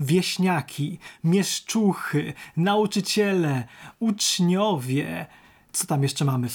wieśniaki, mieszczuchy, nauczyciele, uczniowie. Co tam jeszcze mamy?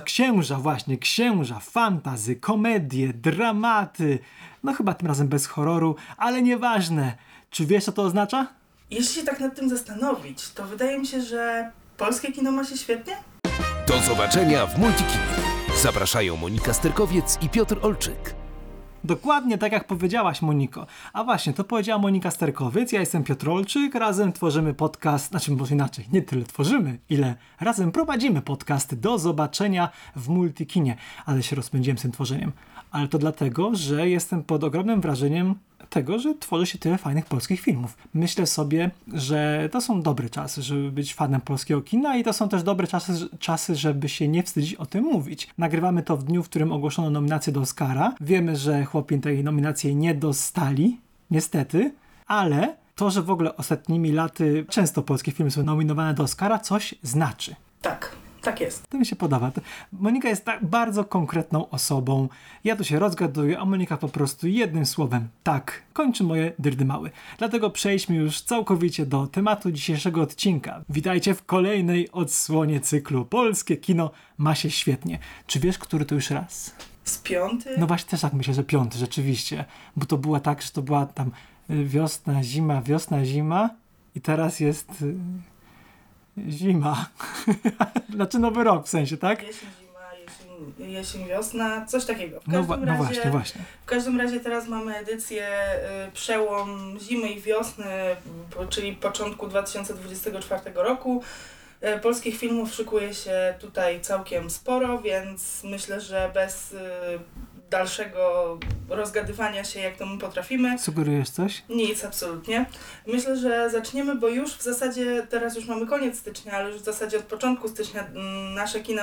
Księża, fantazy, komedie, dramaty. No chyba tym razem bez horroru, ale nieważne. Czy wiesz, co to oznacza? Jeśli się tak nad tym zastanowić, to wydaje mi się, że polskie kino ma się świetnie. Do zobaczenia w Multikinie. Zapraszają Monika Sterkowiec i Piotr Olczyk. Dokładnie tak jak powiedziałaś, Moniko. A właśnie, to powiedziała Monika Sterkowiec, ja jestem Piotr Olczyk, razem tworzymy podcast, może inaczej, nie tyle tworzymy, ile razem prowadzimy podcast Do zobaczenia w Multikinie. Ale się rozpędziłem z tym tworzeniem. Ale to dlatego, że jestem pod ogromnym wrażeniem tego, że tworzy się tyle fajnych polskich filmów. Myślę sobie, że to są dobre czasy, żeby być fanem polskiego kina i to są też dobre czasy, żeby się nie wstydzić o tym mówić. Nagrywamy to w dniu, w którym ogłoszono nominację do Oscara. Wiemy, że chłopi tej nominacji nie dostali, niestety, ale to, że w ogóle ostatnimi laty często polskie filmy są nominowane do Oscara, coś znaczy. Tak jest. To mi się podoba. Monika jest tak bardzo konkretną osobą. Ja tu się rozgaduję, a Monika po prostu jednym słowem tak kończy moje dyrdymały. Dlatego przejdźmy już całkowicie do tematu dzisiejszego odcinka. Witajcie w kolejnej odsłonie cyklu Polskie kino ma się świetnie. Czy wiesz, który to już raz? Z 5? No właśnie też tak myślę, że 5, rzeczywiście. Bo to była tak, że to była tam wiosna, zima i teraz jest... Zima. Znaczy nowy rok w sensie, tak? Jesień, zima, jesień, wiosna, coś takiego. No właśnie. W każdym razie teraz mamy edycję przełom zimy i wiosny, czyli początku 2024 roku. Polskich filmów szykuje się tutaj całkiem sporo, więc myślę, że bez dalszego rozgadywania się, jak to my potrafimy. Sugerujesz coś? Nic, absolutnie. Myślę, że zaczniemy, bo już w zasadzie, teraz już mamy koniec stycznia, ale już w zasadzie od początku stycznia nasze kina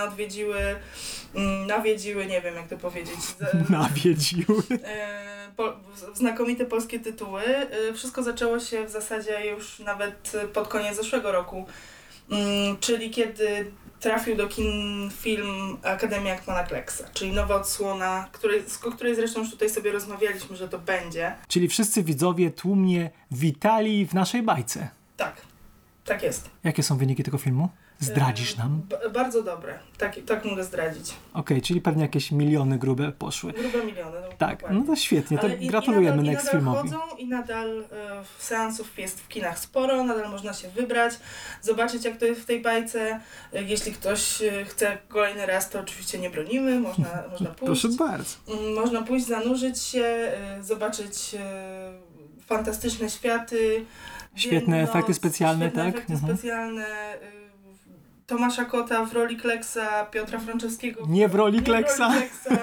nawiedziły, nie wiem jak to powiedzieć. Nawiedziły. Znakomite polskie tytuły. Wszystko zaczęło się w zasadzie już nawet pod koniec zeszłego roku. Czyli kiedy trafił do kin film Akademia Hetmana Kleksa, czyli nowa odsłona, o której zresztą już tutaj sobie rozmawialiśmy, że to będzie. Czyli wszyscy widzowie tłumnie witali w naszej bajce. Tak jest. Jakie są wyniki tego filmu? Zdradzisz nam? Bardzo dobre. Tak mogę zdradzić. Okej, czyli pewnie jakieś miliony grube poszły. Grube miliony. No, tak, dokładnie. No to świetnie, to gratulujemy Next Filmowi. I nadal seansów jest w kinach sporo, nadal można się wybrać, zobaczyć jak to jest w tej bajce. Jeśli ktoś chce kolejny raz, to oczywiście nie bronimy, można pójść. Proszę bardzo. Można pójść, zanurzyć się, zobaczyć fantastyczne światy. Świetne efekty specjalne, tak? Efekty specjalne. Tomasza Kota w roli Kleksa, Piotra Franczewskiego nie w roli Kleksa.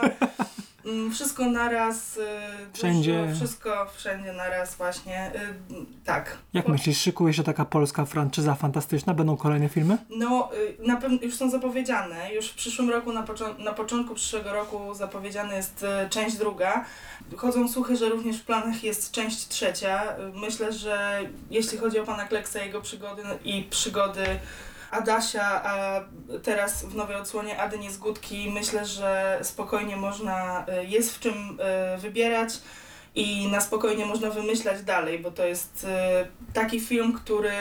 Wszystko naraz. Wszędzie. Wszystko wszędzie naraz właśnie. Tak. Jak myślisz, szykuje się taka polska franczyza fantastyczna? Będą kolejne filmy? No, na pewno już są zapowiedziane. Już w przyszłym roku, na początku przyszłego roku zapowiedziana jest część 2. Chodzą słuchy, że również w planach jest część 3. Myślę, że jeśli chodzi o pana Kleksa, jego przygody Adasia, a teraz w nowej odsłonie Ady Niezgódki, myślę, że spokojnie jest w czym wybierać i na spokojnie można wymyślać dalej, bo to jest taki film, który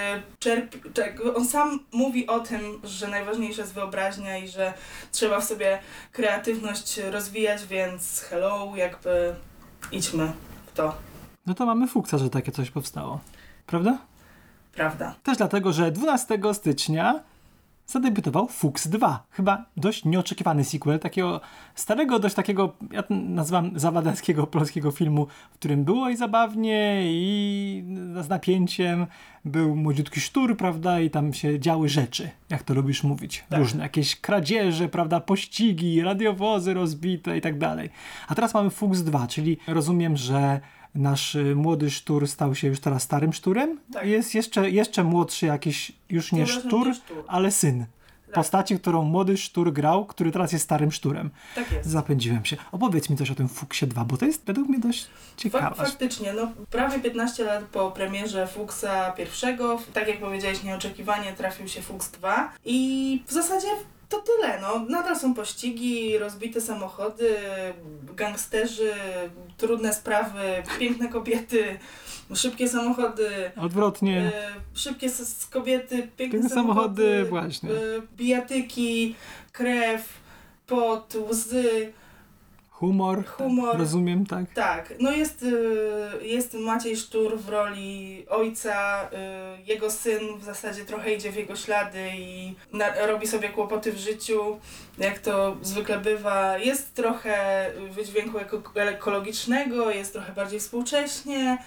on sam mówi o tym, że najważniejsza jest wyobraźnia i że trzeba w sobie kreatywność rozwijać, więc hello, jakby idźmy w to. No to mamy fuksa, że takie coś powstało. Prawda? Prawda. Też dlatego, że 12 stycznia zadebiutował Fuks 2. Chyba dość nieoczekiwany sequel, takiego starego, dość takiego, ja nazywam zawadzkiego polskiego filmu, w którym było i zabawnie, i z napięciem. Był młodziutki sztur, prawda, i tam się działy rzeczy, jak to lubisz mówić. Tak. Różne, jakieś kradzieże, prawda, pościgi, radiowozy rozbite i tak dalej. A teraz mamy Fuks 2, czyli rozumiem, że nasz młody sztur stał się już teraz starym szturem. Tak. Jest jeszcze młodszy jakiś, już nie sztur, ale syn. Tak. Postaci, którą młody sztur grał, który teraz jest starym szturem. Tak jest. Zapędziłem się. Opowiedz mi coś o tym Fuksie 2, bo to jest według mnie dość ciekawe. Faktycznie, prawie 15 lat po premierze Fuksa pierwszego, tak jak powiedziałeś, nieoczekiwanie trafił się Fuks 2 i w zasadzie To tyle, no. Nadal są pościgi, rozbite samochody, gangsterzy, trudne sprawy, piękne kobiety, szybkie samochody. Odwrotnie. Szybkie kobiety, piękne samochody, właśnie. Bijatyki, krew, pot, łzy. Humor, rozumiem, tak? Tak, no jest Maciej Sztur w roli ojca, jego syn w zasadzie trochę idzie w jego ślady i robi sobie kłopoty w życiu, jak to zwykle bywa. Jest trochę wydźwięku ekologicznego, jest trochę bardziej współcześnie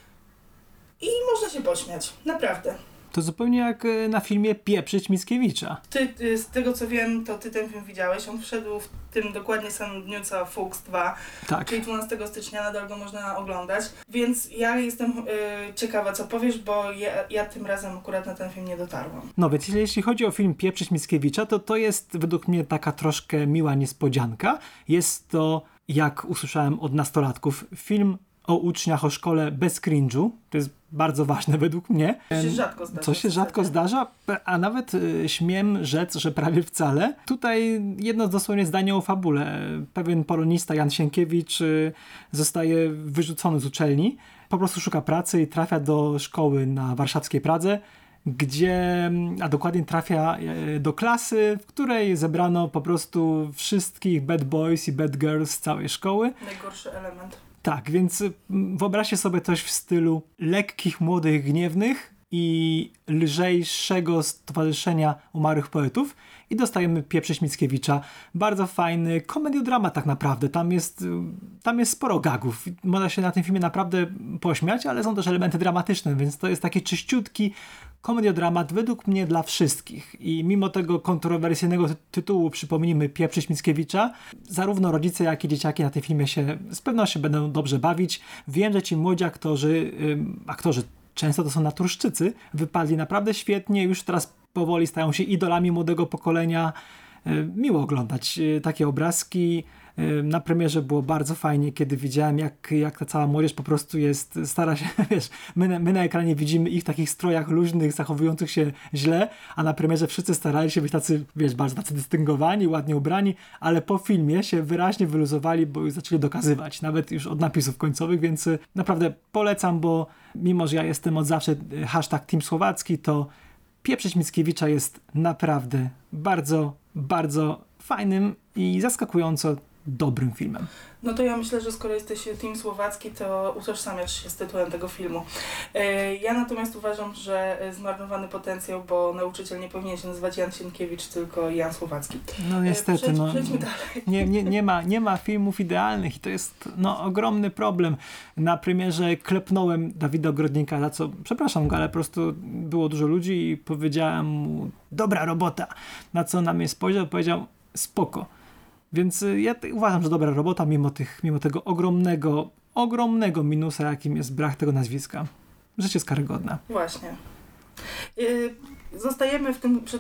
i można się pośmiać, naprawdę. To zupełnie jak na filmie Pieprzyć Mickiewicza. Ty, z tego co wiem, to ty ten film widziałeś. On wszedł w tym dokładnie samym dniu co Fuchs 2, tak. Czyli 12 stycznia, nadal go można oglądać. Więc ja jestem ciekawa, co powiesz, bo ja tym razem akurat na ten film nie dotarłam. No więc jeśli chodzi o film Pieprzyć Mickiewicza, to jest według mnie taka troszkę miła niespodzianka. Jest to, jak usłyszałem od nastolatków, film o uczniach, o szkole bez cringe'u. To jest bardzo ważne według mnie. Co się rzadko zdarza. A nawet śmiem rzec, że prawie wcale. Tutaj jedno dosłownie zdanie o fabule. Pewien polonista, Jan Sienkiewicz, zostaje wyrzucony z uczelni. Po prostu szuka pracy i trafia do szkoły na warszawskiej Pradze, a dokładnie trafia do klasy, w której zebrano po prostu wszystkich bad boys i bad girls z całej szkoły. Najgorszy element. Tak, więc wyobraźcie sobie coś w stylu lekkich, młodych, gniewnych i lżejszego stowarzyszenia umarłych poetów i dostajemy Pieprzyć Mickiewicza. Bardzo fajny komediodramat tak naprawdę. Tam jest sporo gagów. Można się na tym filmie naprawdę pośmiać, ale są też elementy dramatyczne, więc to jest taki czyściutki komediodramat według mnie dla wszystkich. I mimo tego kontrowersyjnego tytułu, przypomnijmy, Pieprzyć Mickiewicza, zarówno rodzice, jak i dzieciaki na tym filmie się z pewnością będą dobrze bawić. Wiem, że ci młodzi aktorzy często to są naturszczycy, wypadli naprawdę świetnie, już teraz powoli stają się idolami młodego pokolenia. Miło oglądać takie obrazki. Na premierze było bardzo fajnie, kiedy widziałem, jak ta cała młodzież po prostu stara się, wiesz, my na ekranie widzimy ich w takich strojach luźnych, zachowujących się źle, a na premierze wszyscy starali się być tacy, wiesz, bardzo tacy dystyngowani, ładnie ubrani, ale po filmie się wyraźnie wyluzowali, bo już zaczęli dokazywać, nawet już od napisów końcowych, więc naprawdę polecam, bo mimo, że ja jestem od zawsze #Team Słowacki, to Pieprzyć Mickiewicza jest naprawdę bardzo, bardzo fajnym i zaskakująco dobrym filmem. No to ja myślę, że skoro jesteś Team Słowacki, to utożsamiasz się z tytułem tego filmu. Ja natomiast uważam, że zmarnowany potencjał, bo nauczyciel nie powinien się nazywać Jan Sienkiewicz, tylko Jan Słowacki. No niestety, Przejdźmy dalej. Nie ma filmów idealnych i to jest ogromny problem. Na premierze klepnąłem Dawida Ogrodnika, za co przepraszam go, ale po prostu było dużo ludzi i powiedziałem mu dobra robota, na co na mnie spojrzał, powiedział spoko. Więc ja uważam, że dobra robota, mimo tego ogromnego minusa, jakim jest brak tego nazwiska. Życie jest karygodne. Właśnie. Zostajemy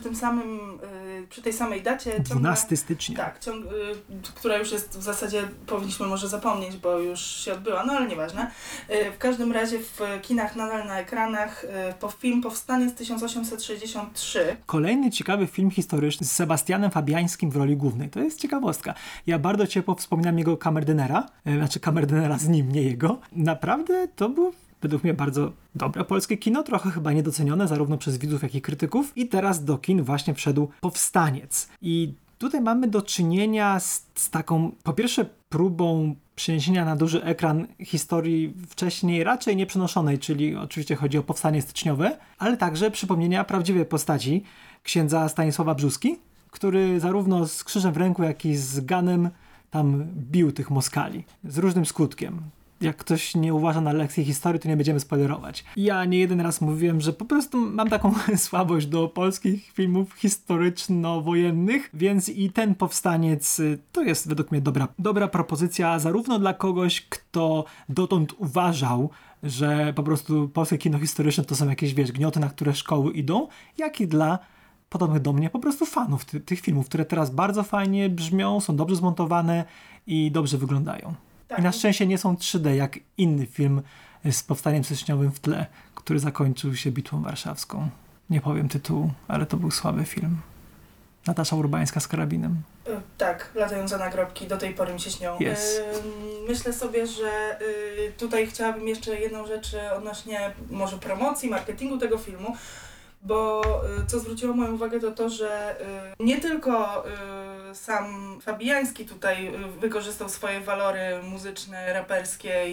przy tej samej dacie. 12 stycznia. Tak, która już jest w zasadzie, powinniśmy może zapomnieć, bo już się odbyła, no ale nieważne. W każdym razie w kinach, nadal na ekranach, film Powstanie z 1863. Kolejny ciekawy film historyczny z Sebastianem Fabiańskim w roli głównej. To jest ciekawostka. Ja bardzo ciepło wspominam jego kamerdynera, kamerdynera z nim, nie jego. Naprawdę to był według mnie bardzo dobre polskie kino, trochę chyba niedocenione zarówno przez widzów, jak i krytyków. I teraz do kin właśnie wszedł Powstaniec. I tutaj mamy do czynienia z taką, po pierwsze, próbą przeniesienia na duży ekran historii wcześniej raczej nieprzenoszonej, czyli oczywiście chodzi o Powstanie styczniowe, ale także przypomnienia prawdziwej postaci księdza Stanisława Brzóski, który zarówno z krzyżem w ręku, jak i z ganem tam bił tych Moskali. Z różnym skutkiem. Jak ktoś nie uważa na lekcji historii, to nie będziemy spoilerować. Ja nie jeden raz mówiłem, że po prostu mam taką słabość do polskich filmów historyczno-wojennych, więc i ten Powstaniec to jest według mnie dobra propozycja, zarówno dla kogoś, kto dotąd uważał, że po prostu polskie kino historyczne to są jakieś, gnioty, na które szkoły idą, jak i dla podobnych do mnie po prostu fanów tych filmów, które teraz bardzo fajnie brzmią, są dobrze zmontowane i dobrze wyglądają. Tak. I na szczęście nie są 3D, jak inny film z Powstaniem styczniowym w tle, który zakończył się Bitwą Warszawską. Nie powiem tytułu, ale to był słaby film. Natasza Urbańska z karabinem. Tak, latające nagrobki do tej pory mi się śnią. Yes. Myślę sobie, że tutaj chciałabym jeszcze jedną rzecz odnośnie może promocji, marketingu tego filmu, bo co zwróciło moją uwagę to, że nie tylko sam Fabiański tutaj wykorzystał swoje walory muzyczne, raperskie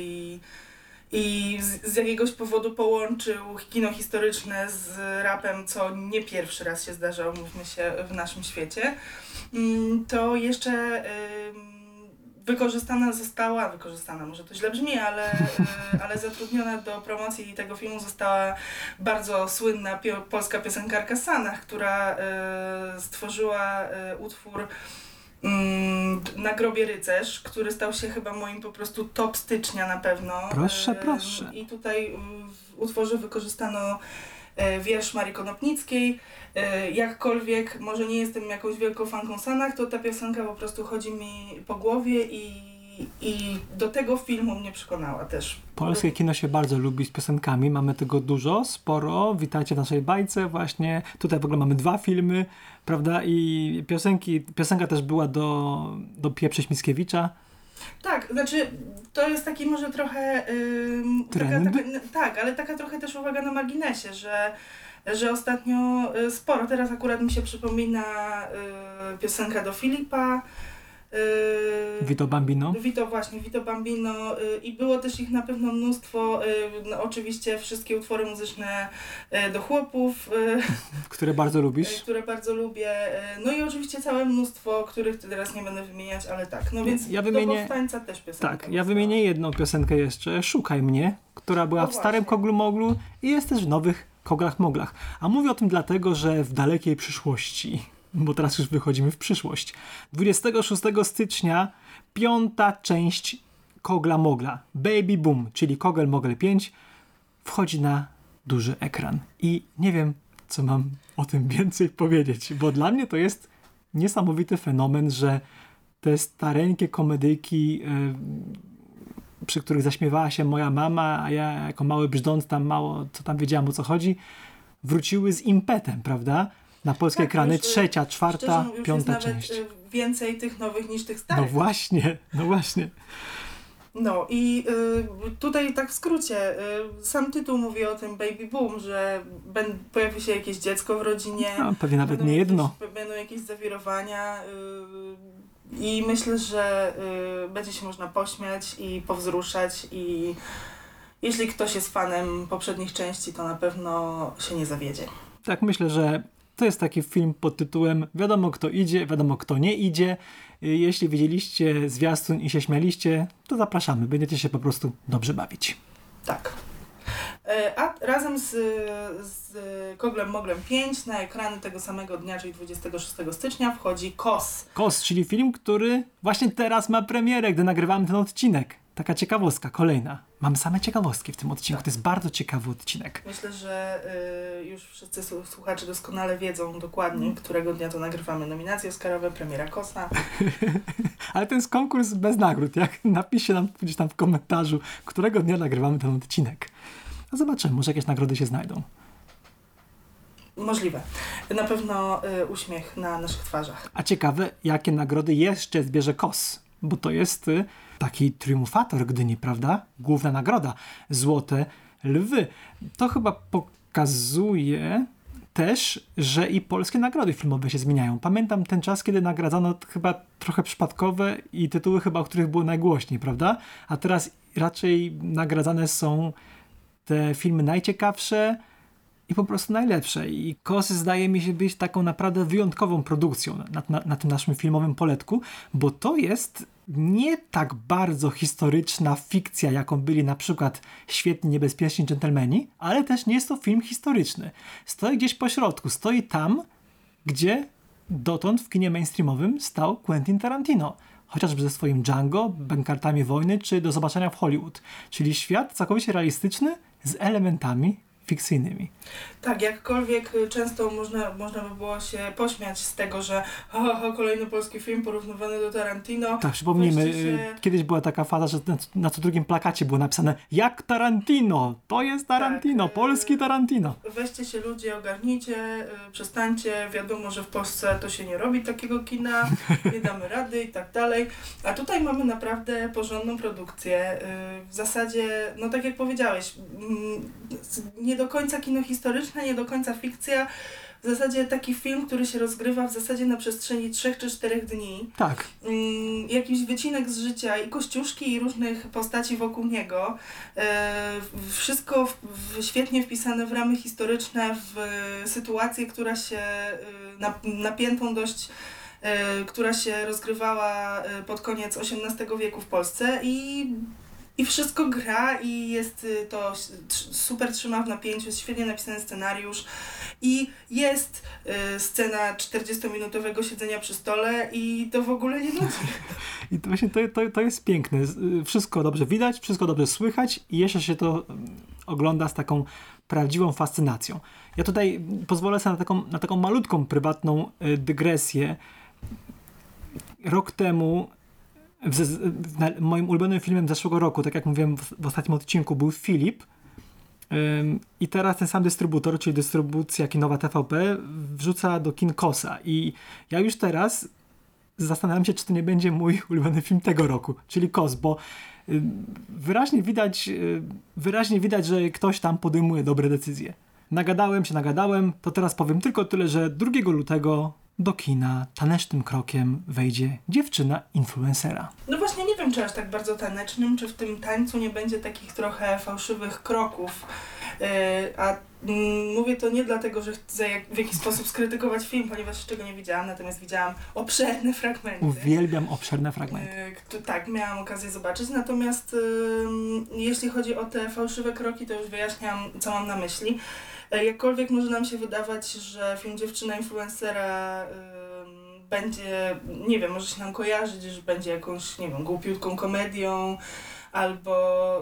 i z jakiegoś powodu połączył kino historyczne z rapem, co nie pierwszy raz się zdarza, mówmy się, w naszym świecie, to jeszcze wykorzystana, może to źle brzmi, ale zatrudniona do promocji tego filmu została bardzo słynna polska piosenkarka Sanach, która stworzyła utwór Na grobie rycerz, który stał się chyba moim po prostu top stycznia na pewno. Proszę, proszę. I tutaj w utworze wykorzystano wiersz Marii Konopnickiej. Jakkolwiek może nie jestem jakąś wielką fanką Sanach, to ta piosenka po prostu chodzi mi po głowie i do tego filmu mnie przekonała też. Polskie kino się bardzo lubi z piosenkami, mamy tego dużo, sporo. Witajcie w naszej bajce właśnie. Tutaj w ogóle mamy 2 filmy, prawda? I piosenka też była do Pieprzyć Mickiewicza. Tak, znaczy to jest taki może trochę... tak, ale taka trochę też uwaga na marginesie, że ostatnio sporo, teraz akurat mi się przypomina piosenka do Filipa, Vito Bambino. Vito Bambino i było też ich na pewno mnóstwo, no oczywiście wszystkie utwory muzyczne do chłopów. Które bardzo lubisz. Które bardzo lubię. No i oczywiście całe mnóstwo, których teraz nie będę wymieniać, ale tak. No więc do Powstańca też piosenka. Tak, ja wymienię jedną piosenkę jeszcze, Szukaj mnie, która była w starym Koglu Moglu i jest też w nowych Koglach Moglach. A mówię o tym dlatego, że w dalekiej przyszłości, bo teraz już wychodzimy w przyszłość, 26 stycznia 5. część Kogla Mogla, Baby Boom, czyli Kogel Mogel 5, wchodzi na duży ekran. I nie wiem, co mam o tym więcej powiedzieć, bo dla mnie to jest niesamowity fenomen, że te stareńkie komedyjki, przy których zaśmiewała się moja mama, a ja jako mały brzdąc tam mało co tam wiedziałam, o co chodzi, wróciły z impetem, prawda? Na polskie ekrany już, 3., 4., 5. część. Więcej tych nowych niż tych starych. No właśnie. No i tutaj tak w skrócie, sam tytuł mówi o tym Baby Boom, że pojawi się jakieś dziecko w rodzinie. No, pewnie nawet nie jedno. Będą jakieś zawirowania i myślę, że będzie się można pośmiać i powzruszać i jeśli ktoś jest fanem poprzednich części, to na pewno się nie zawiedzie. Tak, myślę, że to jest taki film pod tytułem wiadomo kto idzie, wiadomo kto nie idzie. Jeśli widzieliście zwiastun i się śmialiście, to zapraszamy. Będziecie się po prostu dobrze bawić. Tak. A razem z Koglem Moglem 5 na ekrany tego samego dnia, czyli 26 stycznia wchodzi KOS. KOS, czyli film, który właśnie teraz ma premierę, gdy nagrywamy ten odcinek. Taka ciekawostka, kolejna. Mamy same ciekawostki w tym odcinku. Tak. To jest bardzo ciekawy odcinek. Myślę, że już wszyscy słuchacze doskonale wiedzą dokładnie, którego dnia to nagrywamy. Nominacje Oscarowe, premiera KOS-a. Ale to jest konkurs bez nagród. Jak napiszcie nam gdzieś tam w komentarzu, którego dnia nagrywamy ten odcinek. No zobaczymy, może jakieś nagrody się znajdą. Możliwe. Na pewno uśmiech na naszych twarzach. A ciekawe, jakie nagrody jeszcze zbierze KOS. Bo to jest taki triumfator Gdyni, prawda? Główna nagroda. Złote Lwy. To chyba pokazuje też, że i polskie nagrody filmowe się zmieniają. Pamiętam ten czas, kiedy nagradzano chyba trochę przypadkowe i tytuły chyba, o których było najgłośniej, prawda? A teraz raczej nagradzane są te filmy najciekawsze i po prostu najlepsze. I KOS zdaje mi się być taką naprawdę wyjątkową produkcją na tym naszym filmowym poletku, bo to jest nie tak bardzo historyczna fikcja, jaką byli na przykład Świetni Niebezpieczni Dżentelmeni, ale też nie jest to film historyczny. Stoi gdzieś po środku, stoi tam, gdzie dotąd w kinie mainstreamowym stał Quentin Tarantino. Chociażby ze swoim Django, Bękartami Wojny, czy Do zobaczenia w Hollywood. Czyli świat całkowicie realistyczny z elementami fikcyjnymi. Tak, jakkolwiek często można by było się pośmiać z tego, że kolejny polski film porównywany do Tarantino. Tak, przypomnijmy, kiedyś była taka faza, że na co drugim plakacie było napisane jak Tarantino, to jest Tarantino, tak, polski Tarantino. Weźcie się ludzie, ogarnijcie, przestańcie, wiadomo, że w Polsce to się nie robi takiego kina, nie damy rady i tak dalej. A tutaj mamy naprawdę porządną produkcję. W zasadzie, no tak jak powiedziałeś, nie do końca kino historyczne, nie do końca fikcja. W zasadzie taki film, który się rozgrywa w zasadzie na przestrzeni 3 czy 4 dni. Tak. Jakiś wycinek z życia i Kościuszki i różnych postaci wokół niego. Wszystko świetnie wpisane w ramy historyczne, w sytuację, która się napiętą dość, która się rozgrywała pod koniec XVIII wieku w Polsce i wszystko gra i jest to super trzyma w napięciu, jest świetnie napisany scenariusz i jest scena 40-minutowego siedzenia przy stole i to w ogóle nie nudzi. I to właśnie to jest piękne. Wszystko dobrze widać, wszystko dobrze słychać i jeszcze się to ogląda z taką prawdziwą fascynacją. Ja tutaj pozwolę sobie na taką malutką, prywatną dygresję. Rok temu moim ulubionym filmem zeszłego roku, tak jak mówiłem w ostatnim odcinku, był Filip. I teraz ten sam dystrybutor, czyli dystrybucja kinowa TVP, wrzuca do kin Kosa. I ja już teraz zastanawiam się, czy to nie będzie mój ulubiony film tego roku, czyli Kos, bo wyraźnie widać, że ktoś tam podejmuje dobre decyzje. Nagadałem, to teraz powiem tylko tyle, że 2 lutego do kina tanecznym krokiem wejdzie dziewczyna influencera. No właśnie nie wiem, czy aż tak bardzo tanecznym, czy w tym tańcu nie będzie takich trochę fałszywych kroków. Mówię to nie dlatego, że chcę w jakiś sposób skrytykować film, ponieważ jeszcze go nie widziałam, natomiast widziałam obszerne fragmenty. Uwielbiam obszerne fragmenty. Tak, miałam okazję zobaczyć, natomiast jeśli chodzi o te fałszywe kroki, to już wyjaśniam, co mam na myśli. Jakkolwiek może nam się wydawać, że film Dziewczyna influencera będzie, nie wiem, może się nam kojarzyć, że będzie jakąś, nie wiem, głupiutką komedią albo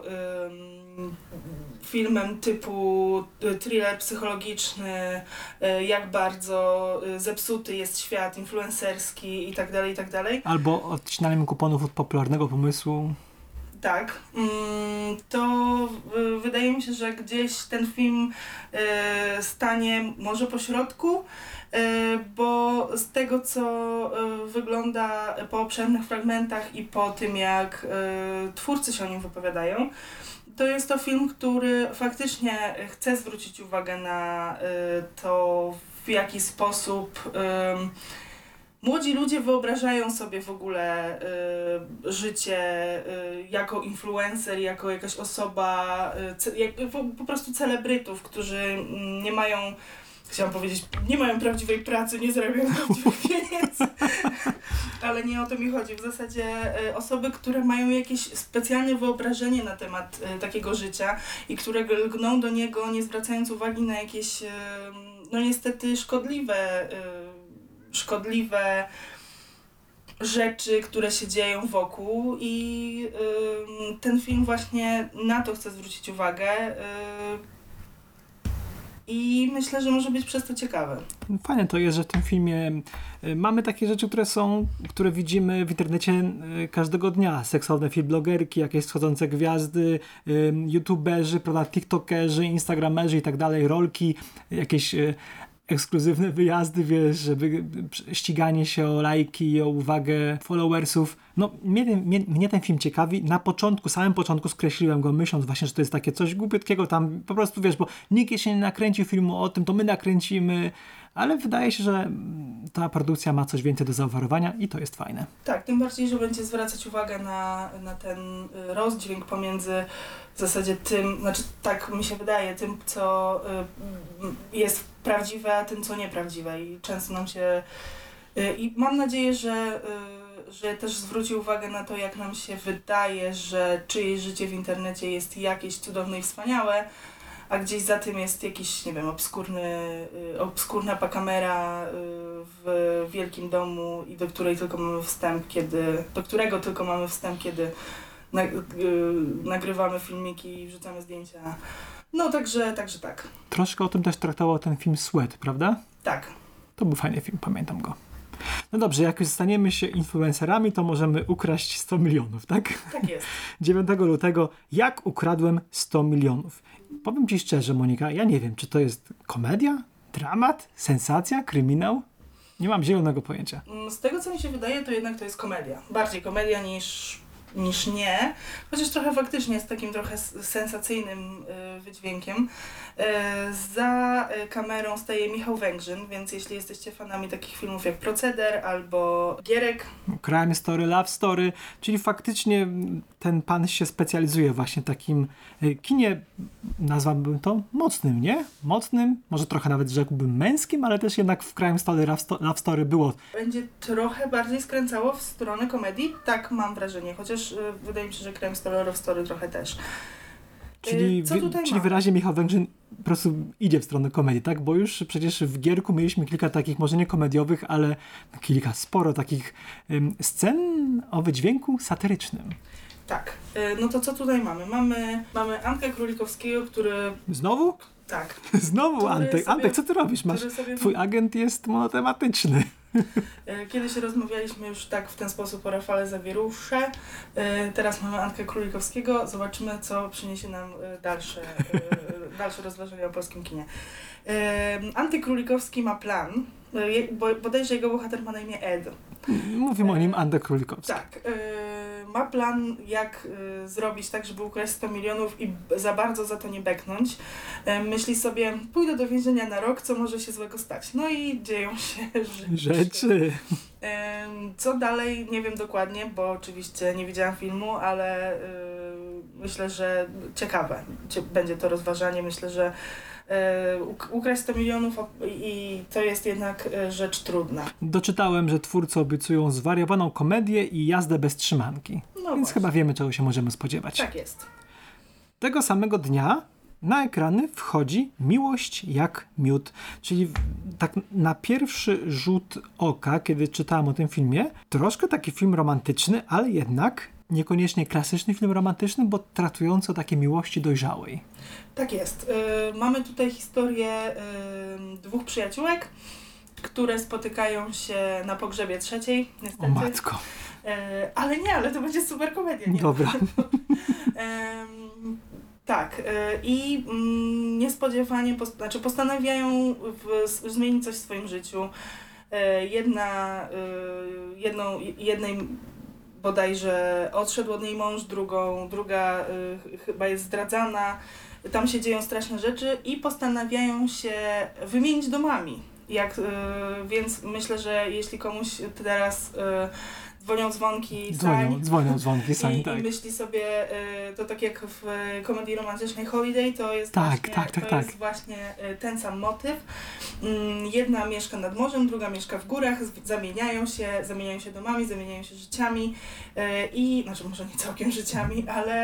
filmem typu thriller psychologiczny, jak bardzo zepsuty jest świat influencerski i tak dalej. Albo odcinaniem kuponów od popularnego pomysłu. Tak, to wydaje mi się, że gdzieś ten film stanie może po środku, bo z tego, co wygląda po obszernych fragmentach i po tym, jak twórcy się o nim wypowiadają, to jest to film, który faktycznie chce zwrócić uwagę na to, w jaki sposób młodzi ludzie wyobrażają sobie w ogóle życie jako influencer, jako jakaś osoba, po prostu celebrytów, którzy nie mają, chciałam powiedzieć, nie mają prawdziwej pracy, nie zarabiają prawdziwych pieniędzy, ale nie o to mi chodzi. W zasadzie osoby, które mają jakieś specjalne wyobrażenie na temat takiego życia i które lgną do niego, nie zwracając uwagi na jakieś, no niestety szkodliwe rzeczy, które się dzieją wokół i ten film właśnie na to chce zwrócić uwagę i myślę, że może być przez to ciekawe. Fajne to jest, że w tym filmie mamy takie rzeczy, które widzimy w internecie każdego dnia. Seksowne filmblogerki, jakieś wschodzące gwiazdy, youtuberzy, prawda, tiktokerzy, instagramerzy i tak dalej, rolki, jakieś ekskluzywne wyjazdy, wiesz, żeby ściganie się o lajki i o uwagę followersów. No, mnie ten film ciekawi. Na samym początku skreśliłem go, myśląc właśnie, że to jest takie coś głupiutkiego tam, po prostu, wiesz, bo nikt się nie nakręcił filmu o tym, to my nakręcimy, ale wydaje się, że ta produkcja ma coś więcej do zaoferowania i to jest fajne. Tak, tym bardziej, że będzie zwracać uwagę na ten rozdźwięk pomiędzy w zasadzie tym, znaczy tak mi się wydaje, tym, co jest prawdziwe, a tym, co nieprawdziwe i często nam się i mam nadzieję, że też zwróci uwagę na to, jak nam się wydaje, że czyjeś życie w internecie jest jakieś cudowne i wspaniałe, a gdzieś za tym jest jakiś, nie wiem, obskurna pakamera w wielkim domu i do którego tylko mamy wstęp, kiedy nagrywamy filmiki i wrzucamy zdjęcia No także tak. Troszkę o tym też traktował ten film Sweat, prawda? Tak. To był fajny film, pamiętam go. No dobrze, jak już staniemy się influencerami, to możemy ukraść 100 milionów, tak? Tak jest. 9 lutego, jak ukradłem 100 milionów. Powiem ci szczerze, Monika, ja nie wiem, czy to jest komedia, dramat, sensacja, kryminał? Nie mam zielonego pojęcia. Z tego, co mi się wydaje, to jednak to jest komedia. Bardziej komedia niż nie. Chociaż trochę faktycznie jest takim trochę sensacyjnym wydźwiękiem. Za kamerą staje Michał Węgrzyn, więc jeśli jesteście fanami takich filmów jak Proceder albo Gierek. Crime Story, Love Story, czyli faktycznie ten pan się specjalizuje właśnie w takim kinie, nazwałbym to mocnym, nie? Mocnym, może trochę nawet rzekłbym męskim, ale też jednak w Crime Story, Love Story było. Będzie trochę bardziej skręcało w stronę komedii, tak mam wrażenie, chociaż wydaje mi się, że Crime Story, Love Story trochę też. Czyli wyraźnie Michał Węgrzyn po prostu idzie w stronę komedii, tak? Bo już przecież w Gierku mieliśmy kilka takich, może nie komediowych, ale sporo takich scen o wydźwięku satyrycznym. Tak. No to co tutaj mamy? Mamy Antka Królikowskiego, który... Znowu? Tak. Znowu Antek. Antek, co ty robisz? Twój agent jest monotematyczny. Kiedyś rozmawialiśmy już tak w ten sposób o Rafale Zawierusze. Teraz mamy Antkę Królikowskiego. Zobaczymy, co przyniesie nam dalsze rozważania o polskim kinie. Antek Królikowski ma plan, bodajże jego bohater ma na imię Ed. Mówimy o nim Antek Królikowski. Tak. Ma plan, jak zrobić tak, żeby ukraść 100 milionów i za bardzo za to nie beknąć. Myśli sobie, pójdę do więzienia na rok, co może się złego stać. No i dzieją się rzeczy. Co dalej, nie wiem dokładnie, bo oczywiście nie widziałam filmu, ale myślę, że ciekawe będzie to rozważanie. Myślę, że ukraść 100 milionów i to jest jednak rzecz trudna. Doczytałem, że twórcy obiecują zwariowaną komedię i jazdę bez trzymanki. No więc właśnie. Chyba wiemy, czego się możemy spodziewać. Tak jest. Tego samego dnia na ekrany wchodzi Miłość jak miód. Czyli tak na pierwszy rzut oka, kiedy czytałem o tym filmie, troszkę taki film romantyczny, ale jednak niekoniecznie klasyczny film romantyczny, bo traktujący o takiej miłości dojrzałej. Tak jest. Mamy tutaj historię dwóch przyjaciółek, które spotykają się na pogrzebie trzeciej, niestety. O matko. Ale to będzie super komedia. Nie? Dobra. Tak. I niespodziewanie postanawiają zmienić coś w swoim życiu. Jednej bodajże odszedł od niej mąż, druga chyba jest zdradzana. Tam się dzieją straszne rzeczy i postanawiają się wymienić domami. Więc myślę, że jeśli komuś teraz dzwonią dzwonki sami tak. I myśli sobie, to tak jak w komedii romantycznej Holiday, to jest jest właśnie ten sam motyw. Jedna mieszka nad morzem, druga mieszka w górach, zamieniają się domami, zamieniają się życiami może nie całkiem życiami,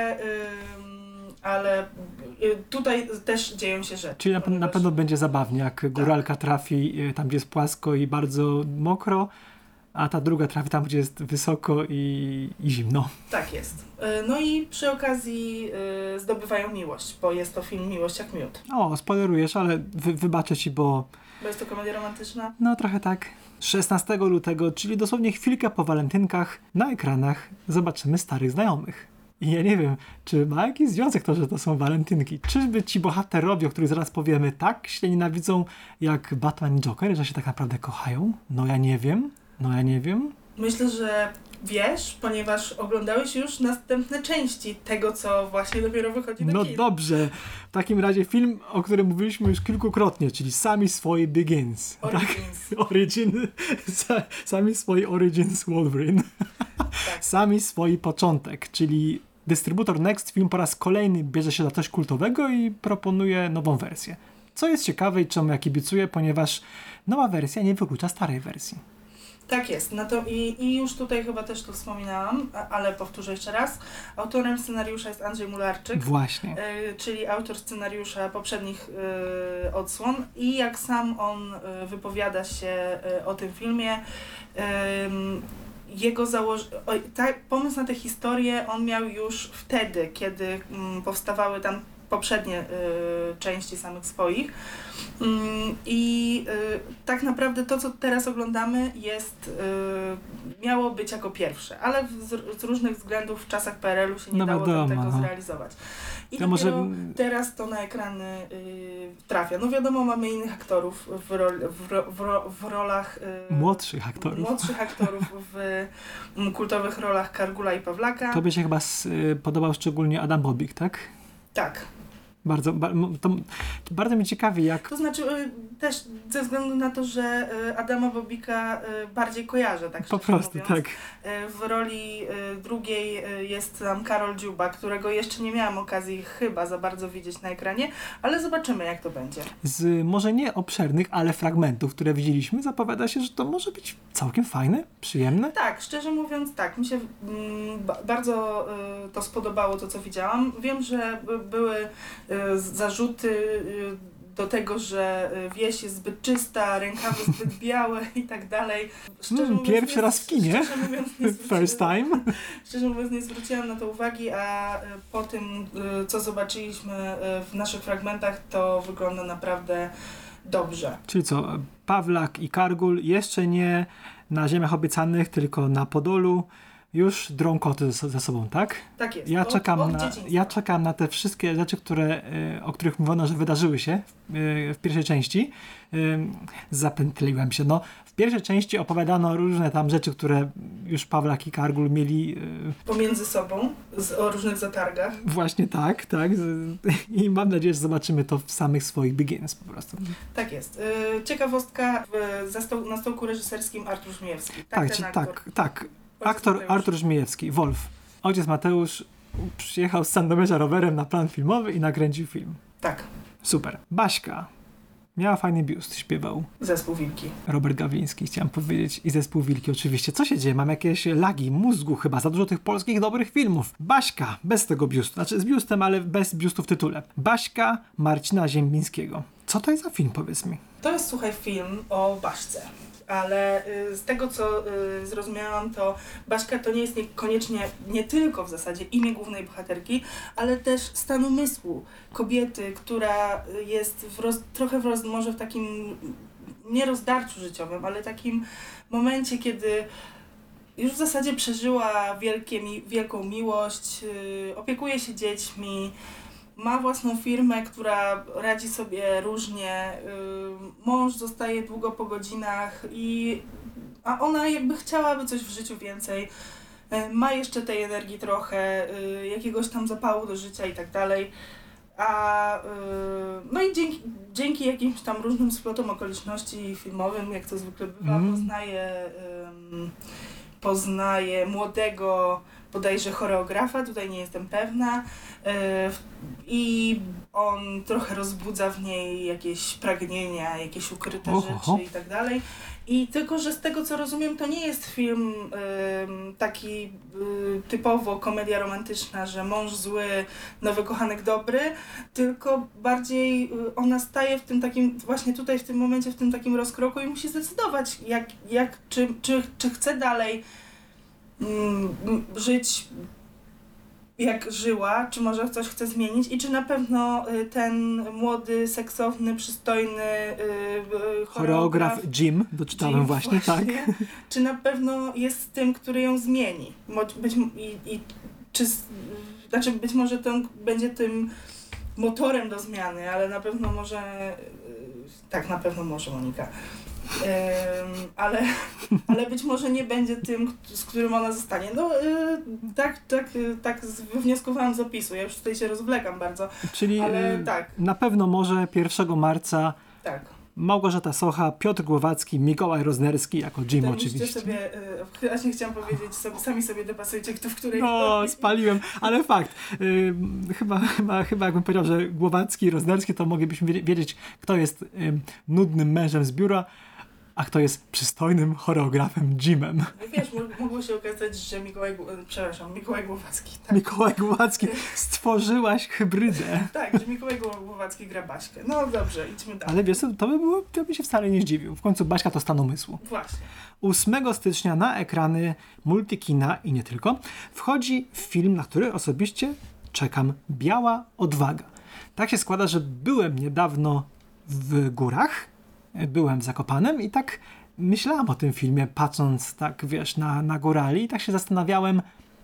ale tutaj też dzieją się rzeczy. Czyli na pewno będzie zabawnie, jak góralka trafi tam, gdzie jest płasko i bardzo mokro, a ta druga trafi tam, gdzie jest wysoko i zimno. Tak jest. No i przy okazji zdobywają miłość, bo jest to film Miłość jak miód. O, spoilerujesz, ale wybaczę ci, bo... Bo jest to komedia romantyczna? No, trochę tak. 16 lutego, czyli dosłownie chwilkę po walentynkach, na ekranach zobaczymy Starych Znajomych. I ja nie wiem, czy ma jakiś związek to, że to są walentynki? Czyżby ci bohaterowie, o których zaraz powiemy, tak się nienawidzą jak Batman i Joker, że się tak naprawdę kochają? No ja nie wiem. Myślę, że wiesz, ponieważ oglądałeś już następne części tego, co właśnie dopiero wychodzi do kin. No dobrze. W takim razie film, o którym mówiliśmy już kilkukrotnie, czyli Sami swoi Begins. Sami swoi Origins Wolverine. Tak. Sami swoi początek, czyli dystrybutor Next Film po raz kolejny bierze się za coś kultowego i proponuje nową wersję. Co jest ciekawe i czemu ja kibicuję, ponieważ nowa wersja nie wyklucza starej wersji. Tak jest. I już tutaj chyba też to wspominałam, ale powtórzę jeszcze raz. Autorem scenariusza jest Andrzej Mularczyk. Właśnie. Czyli autor scenariusza poprzednich odsłon. I jak sam on wypowiada się o tym filmie, pomysł na tę historię on miał już wtedy, kiedy powstawały tam poprzednie części samych swoich. I tak naprawdę to, co teraz oglądamy, miało być jako pierwsze, ale z różnych względów w czasach PRL-u się nie dało tego zrealizować. I to dopiero teraz to na ekrany trafia. No wiadomo, mamy innych aktorów w rolach... Młodszych aktorów w kultowych rolach Kargula i Pawlaka. Tobie się chyba podobał szczególnie Adam Bobik, tak? Tak. Bardzo mnie ciekawi, jak... To znaczy też ze względu na to, że Adama Bobika bardziej kojarzę, tak po prostu, mówiąc. tak. W roli drugiej jest tam Karol Dziuba, którego jeszcze nie miałam okazji chyba za bardzo widzieć na ekranie, ale zobaczymy, jak to będzie. Z może nie obszernych, ale fragmentów, które widzieliśmy, zapowiada się, że to może być całkiem fajne, przyjemne. Tak, szczerze mówiąc tak, mi się bardzo to spodobało, to co widziałam. Wiem, że były zarzuty do tego, że wieś jest zbyt czysta, rękawy zbyt białe i tak dalej. Pierwszy raz w kinie. First time. Szczerze mówiąc, nie zwróciłam na to uwagi, a po tym, co zobaczyliśmy w naszych fragmentach, to wygląda naprawdę dobrze. Czyli co, Pawlak i Kargul jeszcze nie na ziemiach obiecanych, tylko na Podolu. Już drą koty ze sobą, tak? Tak jest. Ja czekam na te wszystkie rzeczy, o których mówiono, że wydarzyły się w pierwszej części. Zapętliłem się. No, w pierwszej części opowiadano różne tam rzeczy, które już Pawlak i Kargul mieli... pomiędzy sobą, o różnych zatargach. Właśnie tak. I mam nadzieję, że zobaczymy to w samych swoich Begins po prostu. Tak jest. Ciekawostka, na stołku reżyserskim Artur Żmijewski. Tak. Aktor Artur Żmijewski, Wolf. Ojciec Mateusz przyjechał z Sandomierza rowerem na plan filmowy i nakręcił film. Tak. Super. Baśka. Miała fajny biust, śpiewał. Zespół Wilki. Robert Gawliński, chciałem powiedzieć. I zespół Wilki oczywiście. Co się dzieje? Mam jakieś lagi mózgu chyba. Za dużo tych polskich dobrych filmów. Baśka. Bez tego biustu. Znaczy z biustem, ale bez biustu w tytule. Baśka Marcina Ziembińskiego. Co to jest za film, powiedz mi? To jest, słuchaj, film o Baśce. Ale z tego, co zrozumiałam, to Baśka to nie jest niekoniecznie, nie tylko w zasadzie imię głównej bohaterki, ale też stan umysłu kobiety, która jest może w takim nie rozdarciu życiowym, ale takim momencie, kiedy już w zasadzie przeżyła wielką miłość, opiekuje się dziećmi, ma własną firmę, która radzi sobie różnie, mąż zostaje długo po godzinach, a ona jakby chciałaby coś w życiu więcej, ma jeszcze tej energii trochę, jakiegoś tam zapału do życia i tak dalej. No i dzięki jakimś tam różnym splotom okoliczności filmowym, jak to zwykle bywa, poznaje młodego bodajże choreografa, tutaj nie jestem pewna, i on trochę rozbudza w niej jakieś pragnienia, jakieś ukryte rzeczy i tak dalej. I tylko, że z tego co rozumiem, to nie jest film taki typowo komedia romantyczna, że mąż zły, nowy kochanek dobry, tylko bardziej ona staje w tym takim, właśnie tutaj w tym momencie, w tym takim rozkroku i musi zdecydować, czy chce dalej żyć jak żyła, czy może coś chce zmienić i czy na pewno ten młody, seksowny, przystojny choreograf Jim, doczytałem właśnie, tak. Czy na pewno jest tym, który ją zmieni. Być może to będzie tym motorem do zmiany, ale na pewno może, tak na pewno może Monika. Ale być może nie będzie tym, z którym ona zostanie. No tak wywnioskowałam z opisu. Ja już tutaj się rozwlekam bardzo. Czyli na pewno może 1 marca Małgorzata Socha, Piotr Głowacki, Mikołaj Roznerski jako Jim oczywiście. Sobie, właśnie chciałam powiedzieć, sami sobie dopasujcie kto w której. No, spaliłem, ale fakt. Chyba jakbym powiedział, że Głowacki i Roznerski, to moglibyśmy wiedzieć, kto jest nudnym mężem z biura, a kto jest przystojnym choreografem Jimem. Wiesz, mogło się okazać, że Mikołaj Głowacki. Tak. Mikołaj Głowacki, stworzyłaś hybrydę. Tak, że Mikołaj Głowacki gra Baśkę. No dobrze, idźmy dalej. Ale wiesz, to by się wcale nie zdziwił. W końcu Baśka to stan umysłu. Właśnie. 8 stycznia na ekrany Multikina i nie tylko wchodzi film, na który osobiście czekam. Biała odwaga. tak się składa, że byłem niedawno w górach, byłem w Zakopanem i tak myślałem o tym filmie, patrząc tak, wiesz, na górali i tak się zastanawiałem,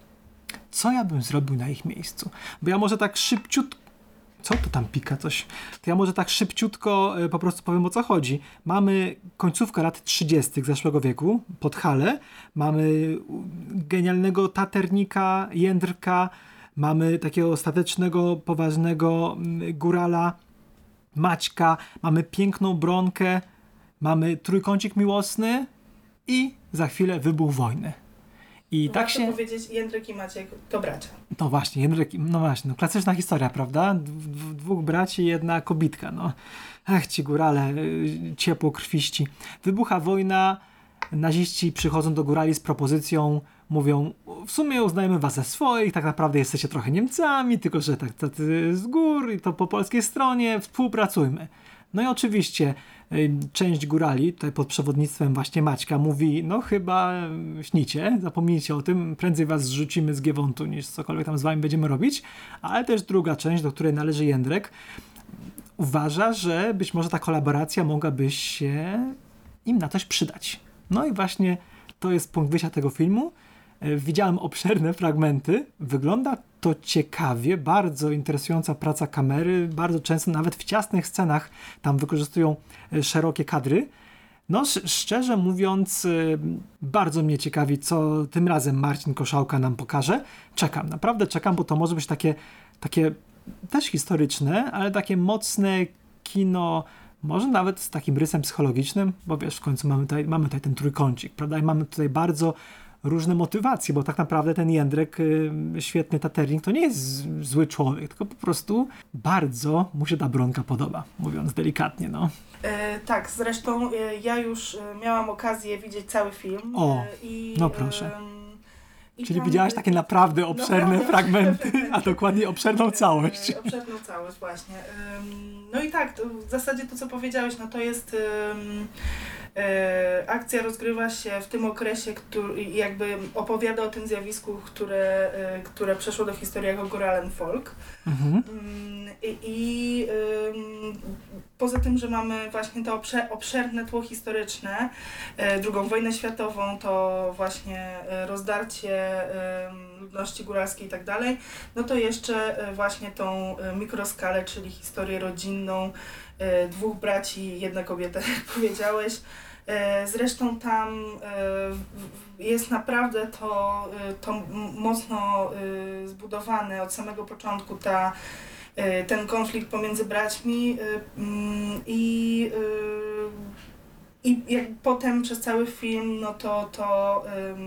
co ja bym zrobił na ich miejscu. Bo ja może tak szybciutko... Co to tam pika coś? To ja może tak szybciutko po prostu powiem, o co chodzi. Mamy końcówkę lat 30. zeszłego wieku, Podhale. Mamy genialnego taternika, jędrka. Mamy takiego statecznego, poważnego górala, Maćka. Mamy piękną Bronkę. Mamy trójkącik miłosny i za chwilę wybuch wojny. I tak się... powiedzieć, Jędrek i Maciek to bracia. No właśnie, Jędrek, no właśnie, no klasyczna historia, prawda? Dwóch braci, jedna kobitka, no. Ach, ci górale, ciepło krwiści. Wybucha wojna, naziści przychodzą do górali z propozycją, mówią, w sumie uznajemy was za swoich, tak naprawdę jesteście trochę Niemcami, tylko że tak z gór i to po polskiej stronie, współpracujmy. No i oczywiście część górali, tutaj pod przewodnictwem właśnie Maćka, mówi, no chyba śnicie, zapomnijcie o tym, prędzej was zrzucimy z Giewontu niż cokolwiek tam z wami będziemy robić, ale też druga część, do której należy Jędrek, uważa, że być może ta kolaboracja mogłaby się im na coś przydać. No i właśnie to jest punkt wyjścia tego filmu. Widziałem obszerne fragmenty. Wygląda to ciekawie, bardzo interesująca praca kamery, bardzo często nawet w ciasnych scenach tam wykorzystują szerokie kadry. No szczerze mówiąc, bardzo mnie ciekawi, co tym razem Marcin Koszałka nam pokaże. Czekam, naprawdę czekam, bo to może być takie też historyczne, ale takie mocne kino, może nawet z takim rysem psychologicznym, bo wiesz, w końcu mamy tutaj ten trójkącik, prawda? I mamy tutaj bardzo różne motywacje, bo tak naprawdę ten Jędrek, świetny taternik, to nie jest zły człowiek, tylko po prostu bardzo mu się ta Bronka podoba, mówiąc delikatnie, no. Tak, zresztą ja już miałam okazję widzieć cały film. O, i, no proszę. Czyli tam widziałaś takie naprawdę obszerne fragmenty, a dokładnie obszerną całość. Obszerną całość, właśnie. No i tak, to w zasadzie to, co powiedziałeś, no to jest... akcja rozgrywa się w tym okresie, który jakby opowiada o tym zjawisku, które przeszło do historii jako Góralen Folk. Mhm. Poza tym, że mamy właśnie to obszerne tło historyczne, II wojnę światową, to właśnie rozdarcie ludności góralskiej i tak dalej, no to jeszcze właśnie tą mikroskalę, czyli historię rodzinną, dwóch braci, jedna kobieta, jak powiedziałeś. Zresztą tam jest naprawdę to mocno zbudowane od samego początku, ten konflikt pomiędzy braćmi i jak potem przez cały film, no to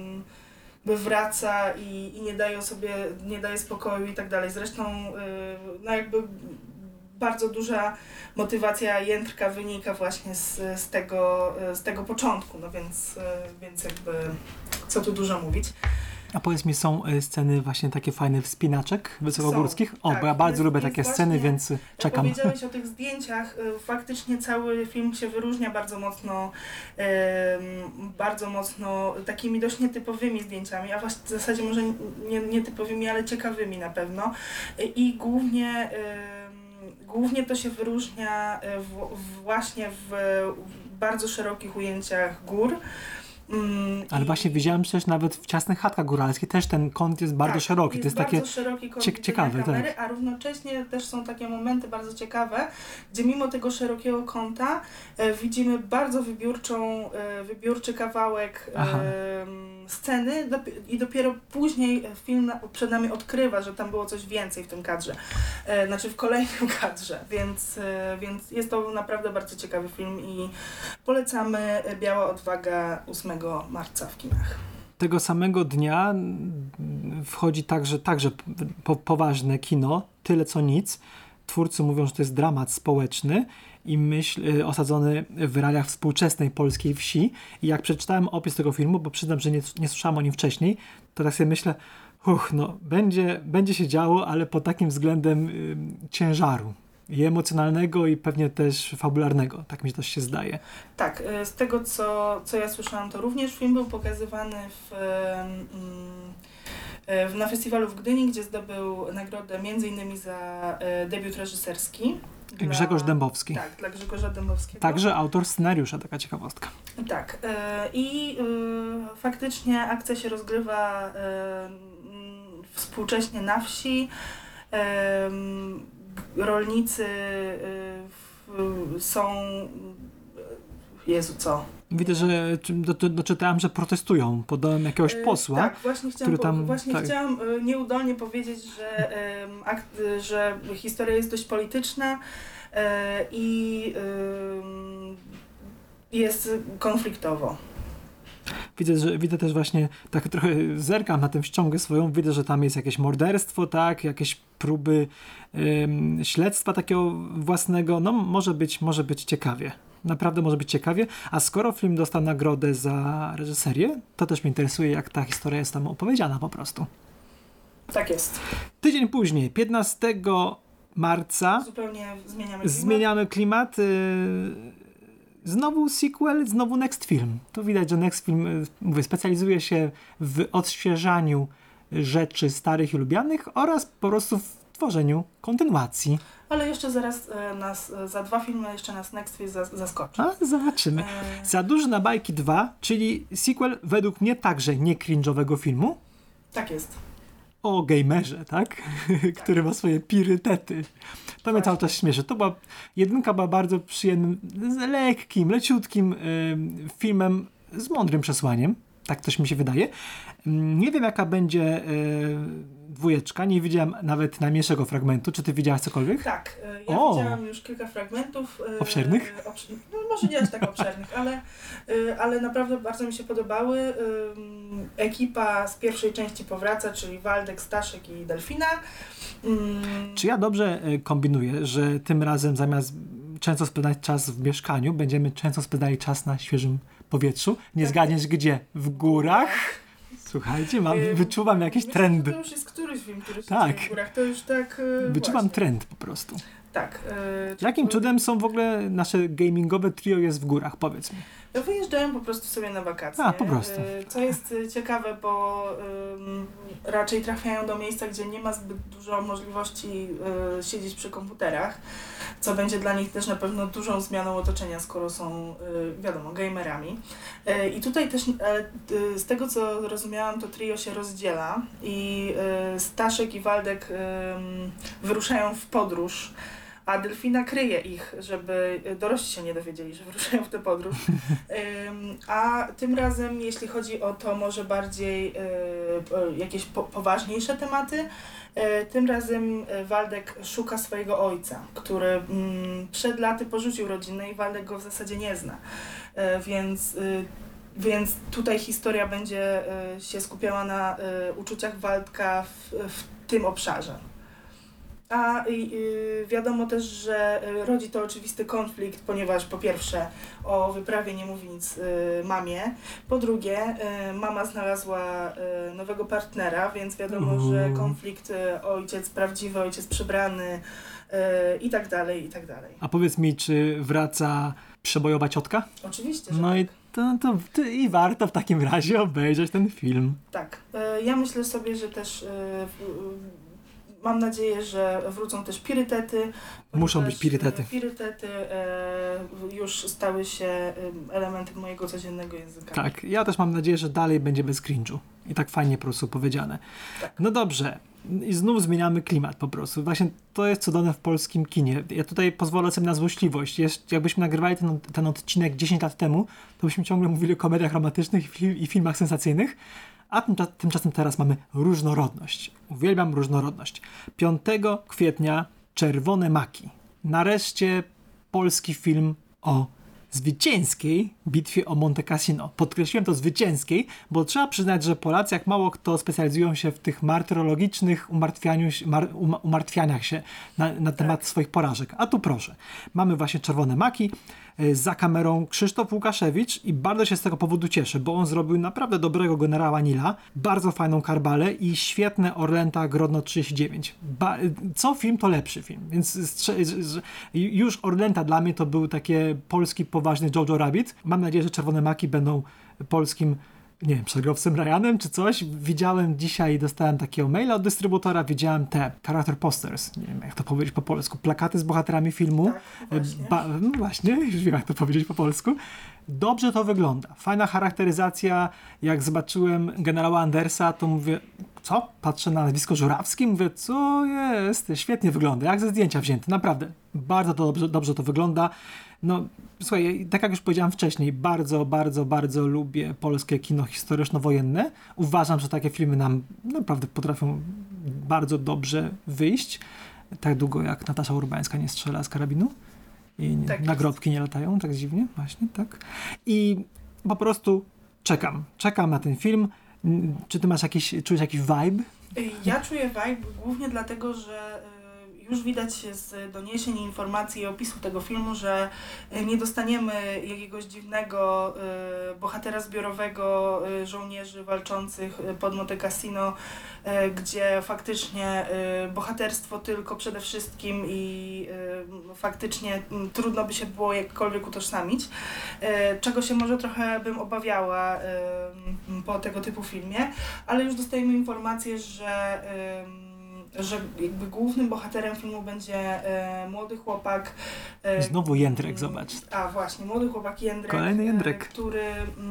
wraca i nie daje spokoju i tak dalej. Zresztą no jakby bardzo duża motywacja Jędrka wynika właśnie z tego początku, no więc jakby co tu dużo mówić. A powiedz mi, są sceny właśnie takie fajne wspinaczek wysokogórskich? Tak, bo ja bardzo lubię takie sceny, więc czekam. Jak powiedziałeś o tych zdjęciach, faktycznie cały film się wyróżnia bardzo mocno takimi dość nietypowymi zdjęciami, a w zasadzie może nietypowymi, ale ciekawymi na pewno. I głównie to się wyróżnia właśnie w bardzo szerokich ujęciach gór. Ale właśnie widziałem przecież nawet w ciasnych chatkach góralskich też ten kąt jest bardzo szeroki. Jest to jest bardzo szeroki kąt ciekawe, kamery, tak. A równocześnie też są takie momenty bardzo ciekawe, gdzie mimo tego szerokiego kąta widzimy bardzo wybiórczy kawałek sceny i dopiero później film przed nami odkrywa, że tam było coś więcej w tym kadrze, znaczy w kolejnym kadrze, więc jest to naprawdę bardzo ciekawy film i polecamy Biała Odwaga 8 marca w kinach. Tego samego dnia wchodzi także poważne kino, Tyle co nic. Twórcy mówią, że to jest dramat społeczny i osadzony w realiach współczesnej polskiej wsi. I jak przeczytałem opis tego filmu, bo przyznam, że nie słyszałem o nim wcześniej, to tak sobie myślę, no będzie się działo, ale pod takim względem ciężaru. I emocjonalnego i pewnie też fabularnego. Tak mi się też się zdaje. Tak, z tego co ja słyszałam, to również film był pokazywany na festiwalu w Gdyni, gdzie zdobył nagrodę m.in. za debiut reżyserski. Grzegorz Dębowski. Tak, dla Grzegorza Dębowskiego. Także autor scenariusza, taka ciekawostka. Tak. I faktycznie akcja się rozgrywa współcześnie na wsi. Rolnicy są... Jezu, co? Widzę, że doczytałem, że protestują pod domem jakiegoś posła. Tak, właśnie tak. chciałam nieudolnie powiedzieć, że historia jest dość polityczna i jest konfliktowo. Widzę też właśnie, tak trochę zerkam na tę ściągę swoją, widzę, że tam jest jakieś morderstwo, tak, jakieś próby śledztwa takiego własnego, no może być ciekawie. Naprawdę może być ciekawie, a skoro film dostał nagrodę za reżyserię, to też mnie interesuje, jak ta historia jest tam opowiedziana po prostu. Tak jest. Tydzień później, 15 marca, Zupełnie zmieniamy klimat. Znowu sequel, znowu Next Film. To widać, że Next Film, mówię, specjalizuje się w odświeżaniu rzeczy starych i lubianych oraz po prostu w tworzeniu kontynuacji. Ale jeszcze zaraz za 2 filmy jeszcze nas Next Film zaskoczy. A, zobaczymy. Za duże na bajki 2, czyli sequel według mnie także nie cringe'owego filmu. Tak jest. O gamerze, tak? Który ma swoje priorytety. To mnie cały czas śmieszy. Jedynka była bardzo przyjemnym, lekkim, leciutkim filmem z mądrym przesłaniem. Tak też mi się wydaje. Nie wiem, jaka będzie dwójeczka. Nie widziałem nawet najmniejszego fragmentu. Czy ty widziałaś cokolwiek? Tak. Ja widziałam już kilka fragmentów. Obszernych? No, może nie aż tak obszernych, ale naprawdę bardzo mi się podobały. Ekipa z pierwszej części powraca, czyli Waldek, Staszek i Delfina. Czy ja dobrze kombinuję, że tym razem zamiast często spędzać czas w mieszkaniu, będziemy często spędzali czas na świeżym powietrzu? Nie zgadniesz gdzie? W górach? Słuchajcie, wyczuwam jakieś trendy. To już jest któryś film, który się tak. dzieje w górach. To już tak... Wyczuwam właśnie. trend po prostu. Tak. Jakim cudem są w ogóle nasze gamingowe trio jest w górach? Powiedz mi. Ja wyjeżdżałem po prostu sobie na wakacje. A, po prostu. Co jest ciekawe, bo raczej trafiają do miejsca, gdzie nie ma zbyt dużo możliwości siedzieć przy komputerach, co będzie dla nich też na pewno dużą zmianą otoczenia, skoro są, wiadomo, gamerami. I tutaj też z tego, co rozumiałam, to trio się rozdziela i Staszek i Waldek wyruszają w podróż, a Delfina kryje ich, żeby dorośli się nie dowiedzieli, że wyruszają w tę podróż. A tym razem, jeśli chodzi o to może bardziej jakieś poważniejsze tematy, tym razem Waldek szuka swojego ojca, który przed laty porzucił rodzinę i Waldek go w zasadzie nie zna. Więc tutaj historia będzie się skupiała na uczuciach Waldka w tym obszarze. A wiadomo też, że rodzi to oczywisty konflikt, ponieważ po pierwsze o wyprawie nie mówi nic mamie, po drugie mama znalazła nowego partnera, więc wiadomo, że konflikt ojciec prawdziwy, ojciec przybrany i tak dalej, i tak dalej. A powiedz mi, czy wraca przebojowa ciotka? Oczywiście, że no tak. I warto w takim razie obejrzeć ten film. Tak. Ja myślę sobie, że też mam nadzieję, że wrócą też pirytety. Muszą być pirytety. Pirytety już stały się elementem mojego codziennego języka. Tak, ja też mam nadzieję, że dalej będzie bez cringe'u. I tak fajnie po prostu powiedziane. Tak. No dobrze. I znów zmieniamy klimat po prostu. Właśnie to jest cudowne w polskim kinie. Ja tutaj pozwolę sobie na złośliwość. Jakbyśmy nagrywali ten odcinek 10 lat temu, to byśmy ciągle mówili o komediach romantycznych i filmach sensacyjnych. A tymczasem teraz mamy różnorodność. Uwielbiam różnorodność. 5 kwietnia Czerwone Maki. Nareszcie polski film o zwycięskiej bitwie o Monte Cassino. Podkreśliłem to zwycięskiej, bo trzeba przyznać, że Polacy jak mało kto specjalizują się w tych martyrologicznych umartwianiach się na temat swoich porażek. A tu proszę. Mamy właśnie Czerwone Maki. Za kamerą Krzysztof Łukaszewicz i bardzo się z tego powodu cieszę, bo on zrobił naprawdę dobrego generała Nila, bardzo fajną Karbalę i świetne Orlęta Grodno 39. Co film, to lepszy film, więc już Orlęta dla mnie to był taki polski poważny Jojo Rabbit. Mam nadzieję, że Czerwone Maki będą polskim nie wiem, szeregowcem Ryanem czy coś. Widziałem dzisiaj, dostałem takiego maila od dystrybutora, widziałem te character posters, nie wiem jak to powiedzieć po polsku, plakaty z bohaterami filmu. Tak, właśnie. No właśnie, już wiem jak to powiedzieć po polsku. Dobrze to wygląda. Fajna charakteryzacja. Jak zobaczyłem generała Andersa, to mówię, co? Patrzę na nazwisko Żurawski, mówię, co jest? Świetnie wygląda, jak ze zdjęcia wzięty, naprawdę. Bardzo to dobrze to wygląda. No, słuchaj, tak jak już powiedziałem wcześniej, bardzo lubię polskie kino historyczno-wojenne. Uważam, że takie filmy nam naprawdę potrafią bardzo dobrze wyjść. Tak długo jak Natasza Urbańska nie strzela z karabinu i Tak nagrobki nie latają, tak dziwnie, właśnie, tak. I po prostu czekam na ten film. Czy ty czujesz jakiś vibe? Ja czuję vibe głównie dlatego, że już widać z doniesień, informacji i opisu tego filmu, że nie dostaniemy jakiegoś dziwnego bohatera zbiorowego żołnierzy walczących pod Monte Cassino, gdzie faktycznie bohaterstwo tylko przede wszystkim i faktycznie trudno by się było jakkolwiek utożsamić, czego się może trochę bym obawiała po tego typu filmie, ale już dostajemy informację, że jakby głównym bohaterem filmu będzie młody chłopak. Znowu Jędrek, zobacz. A właśnie, młody chłopak Jędrek. Kolejny Jędrek. Który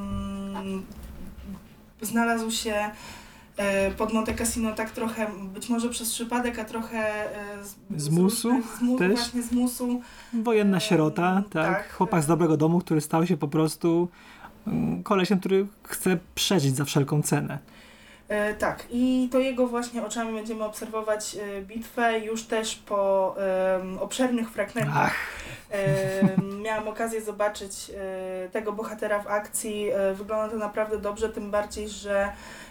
znalazł się pod Monte Cassino tak trochę, być może przez przypadek, a trochę z musu też. Właśnie z musu. Wojenna sierota, tak. Tak. Chłopak z dobrego domu, który stał się po prostu kolesiem, który chce przeżyć za wszelką cenę. Tak, i to jego właśnie oczami będziemy obserwować bitwę już też po obszernych fragmentach. Miałam okazję zobaczyć tego bohatera w akcji. Wygląda to naprawdę dobrze, tym bardziej, że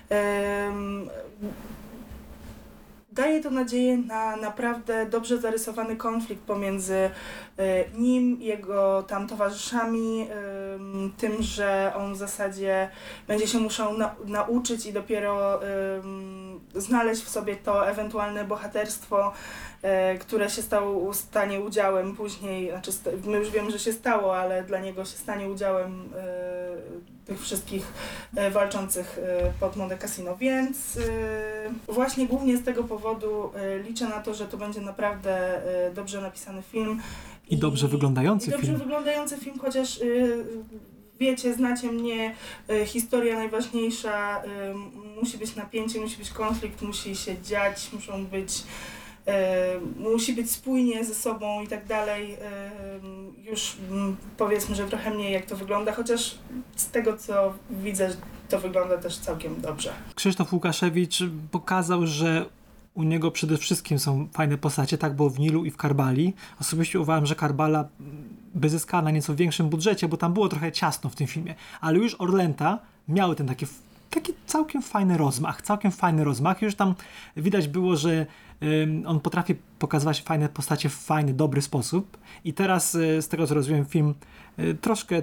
daje to nadzieję na naprawdę dobrze zarysowany konflikt pomiędzy nim i jego tam towarzyszami, tym, że on w zasadzie będzie się musiał nauczyć i dopiero znaleźć w sobie to ewentualne bohaterstwo, które się stanie udziałem później, znaczy my już wiemy, że się stało, ale dla niego się stanie udziałem tych wszystkich walczących pod Monte Cassino, więc właśnie głównie z tego powodu liczę na to, że to będzie naprawdę dobrze napisany film. I dobrze wyglądający film. Dobrze wyglądający film, chociaż wiecie, znacie mnie, historia najważniejsza, musi być napięcie, musi być konflikt, musi się dziać, musi być spójnie ze sobą i tak dalej. Już powiedzmy, że trochę mniej jak to wygląda, chociaż z tego co widzę, to wygląda też całkiem dobrze. Krzysztof Łukaszewicz pokazał, że u niego przede wszystkim są fajne postacie, tak było w Nilu i w Karbali. Osobiście uważam, że Karbala by zyskała na nieco większym budżecie, bo tam było trochę ciasno w tym filmie, ale już Orlęta miały ten taki całkiem fajny rozmach. Już tam widać było, że on potrafi pokazywać fajne postacie w fajny, dobry sposób. I teraz z tego co rozumiem film troszkę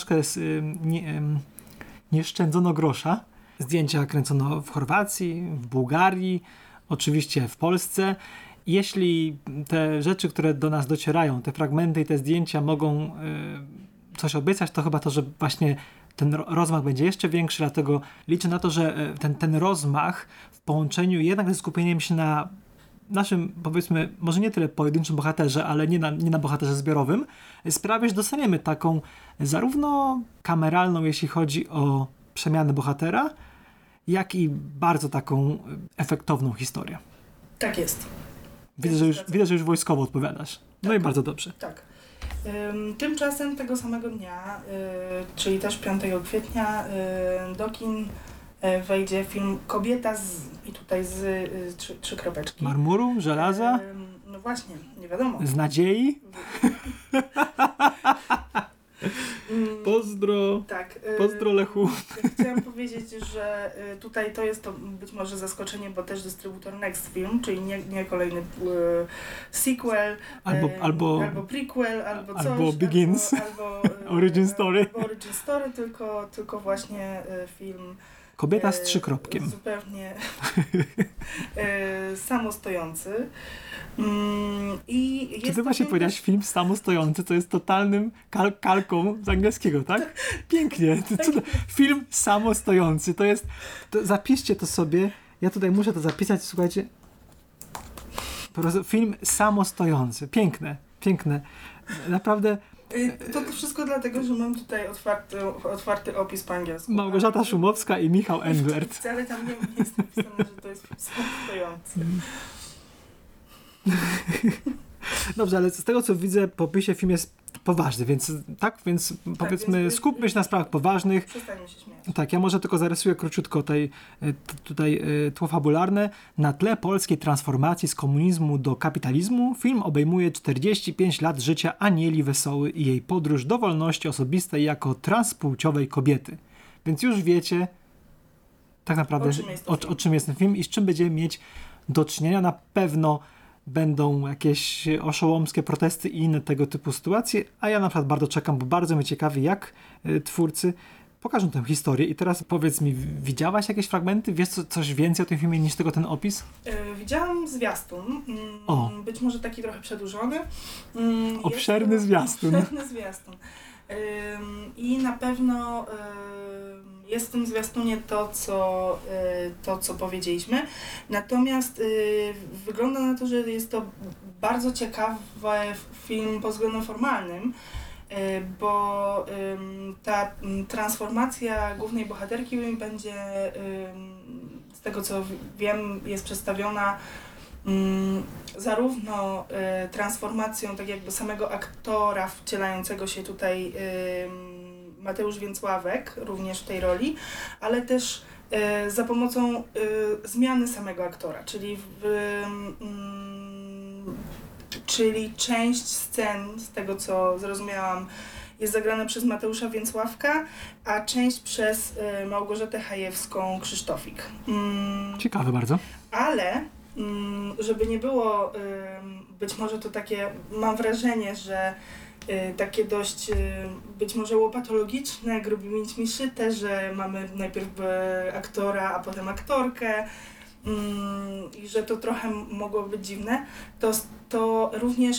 nie szczędzono grosza. Zdjęcia kręcono w Chorwacji, w Bułgarii, oczywiście w Polsce. Jeśli te rzeczy, które do nas docierają, te fragmenty i te zdjęcia mogą coś obiecać, to chyba to, że właśnie ten rozmach będzie jeszcze większy, dlatego liczę na to, że ten rozmach w połączeniu jednak ze skupieniem się na naszym, powiedzmy, może nie tyle pojedynczym bohaterze, ale nie na bohaterze zbiorowym, sprawi, że dostaniemy taką zarówno kameralną, jeśli chodzi o przemianę bohatera, jak i bardzo taką efektowną historię. Tak jest. Widzę, że już wojskowo odpowiadasz. No tak. I bardzo dobrze. Tak. Tymczasem tego samego dnia, czyli też 5 kwietnia, do kin wejdzie film Kobieta i tutaj z trzy kropeczki. Marmuru? Żelaza? No właśnie, nie wiadomo. Z nadziei? Pozdro. Tak. Pozdro Lechu. Chciałam powiedzieć, że tutaj to jest to być może zaskoczenie, bo też dystrybutor Next Film, czyli nie kolejny sequel, albo prequel, albo coś. Albo Begins. Albo Origin Story. Albo Origin Story, tylko właśnie film Kobieta z 3 kropkiem. Zupełnie samostojący. I Czy jest ty właśnie powiedziałaś film samostojący, co jest totalnym kalką z angielskiego, tak? Pięknie. Film samostojący. Zapiszcie to sobie. Ja tutaj muszę to zapisać, słuchajcie. Po prostu film samostojący. Piękne. Naprawdę. To wszystko dlatego, że mam tutaj otwarty opis po angielsku. Małgorzata Szumowska i Michał Enwert. Wcale tam nie jest napisane, że to jest film samostojący. Dobrze, ale z tego co widzę po opisie film jest poważny, więc powiedzmy więc skupmy się na sprawach poważnych. Przestańmy się śmiać. Tak, ja może tylko zarysuję króciutko tutaj tło fabularne. Na tle polskiej transformacji z komunizmu do kapitalizmu film obejmuje 45 lat życia Anieli Wesoły i jej podróż do wolności osobistej jako transpłciowej kobiety. Więc już wiecie tak naprawdę o czym jest ten film i z czym będziemy mieć do czynienia. Na pewno będą jakieś oszołomskie protesty i inne tego typu sytuacje, a ja na przykład bardzo czekam, bo bardzo mnie ciekawi, jak twórcy pokażą tę historię. I teraz powiedz mi, widziałaś jakieś fragmenty? Wiesz coś więcej o tym filmie niż tylko ten opis? Widziałam zwiastun. Być może taki trochę przedłużony. Obszerny zwiastun. Obszerny zwiastun. I na pewno jest w tym zwiastunie to, co powiedzieliśmy. Natomiast wygląda na to, że jest to bardzo ciekawy film pod względem formalnym, bo ta transformacja głównej bohaterki będzie, z tego co wiem, jest przedstawiona zarówno transformacją tak jakby samego aktora wcielającego się tutaj Mateusz Więcławek, również w tej roli, ale też za pomocą zmiany samego aktora, czyli część scen, z tego co zrozumiałam, jest zagrana przez Mateusza Więcławka, a część przez Małgorzatę Hajewską Krzysztofik. Ciekawe bardzo. Ale żeby nie było, być może to takie, mam wrażenie, że takie dość być może łopatologiczne, grubymi nićmi szyte, że mamy najpierw aktora, a potem aktorkę i że to trochę mogło być dziwne, to również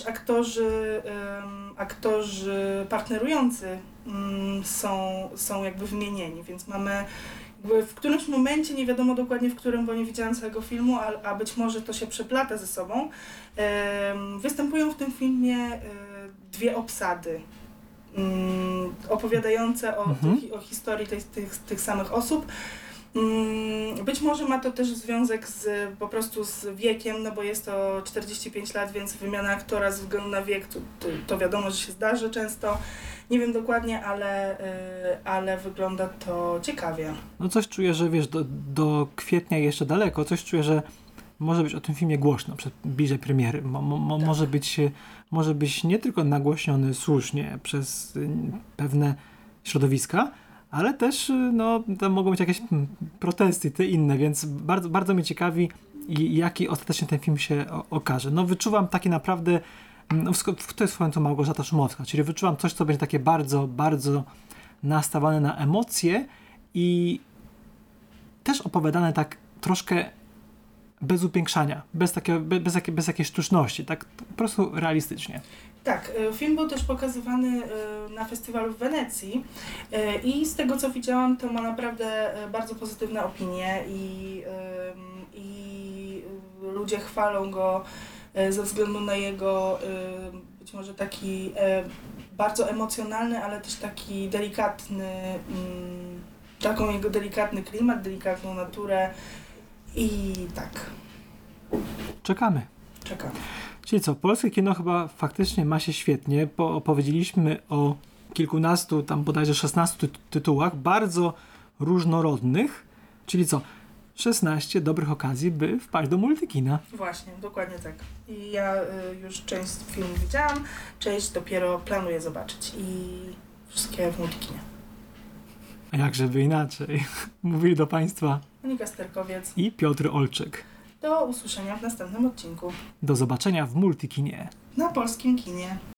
aktorzy partnerujący są jakby wymienieni, więc mamy w którymś momencie, nie wiadomo dokładnie w którym, bo nie widziałam całego filmu, a być może to się przeplata ze sobą, występują w tym filmie dwie obsady opowiadające o historii tych samych osób. Być może ma to też związek po prostu z wiekiem, no bo jest to 45 lat, więc wymiana aktora ze względu na wiek, to wiadomo, że się zdarzy często. Nie wiem dokładnie, ale wygląda to ciekawie. No coś czuję, że wiesz, do kwietnia jeszcze daleko, coś czuję, że może być o tym filmie głośno bliżej premiery. Tak. Może być nie tylko nagłośniony słusznie przez pewne środowiska, ale też tam mogą być jakieś protesty i te inne, więc bardzo, bardzo mnie ciekawi, jaki ostatecznie ten film się okaże. No wyczuwam takie naprawdę, to jest w końcu Małgorzata Szumowska, czyli wyczuwam coś, co będzie takie bardzo, bardzo nastawione na emocje i też opowiadane tak troszkę bez upiększania, bez jakiejś sztuczności, tak po prostu realistycznie. Tak, film był też pokazywany na festiwalu w Wenecji i z tego co widziałam, to ma naprawdę bardzo pozytywne opinie i ludzie chwalą go ze względu na jego być może taki bardzo emocjonalny, ale też taki delikatny, taką jego delikatny klimat, delikatną naturę i tak. Czekamy. Czyli co, polskie kino chyba faktycznie ma się świetnie, bo opowiedzieliśmy o kilkunastu, tam bodajże 16 tytułach, bardzo różnorodnych, czyli co, 16 dobrych okazji, by wpaść do multikina. Właśnie, dokładnie tak. I ja już część filmów widziałam, część dopiero planuję zobaczyć i wszystkie w multikinie. A jak żeby inaczej. Mówili do Państwa Monika Sterkowiec i Piotr Olczyk. Do usłyszenia w następnym odcinku. Do zobaczenia w multikinie. Na polskim kinie.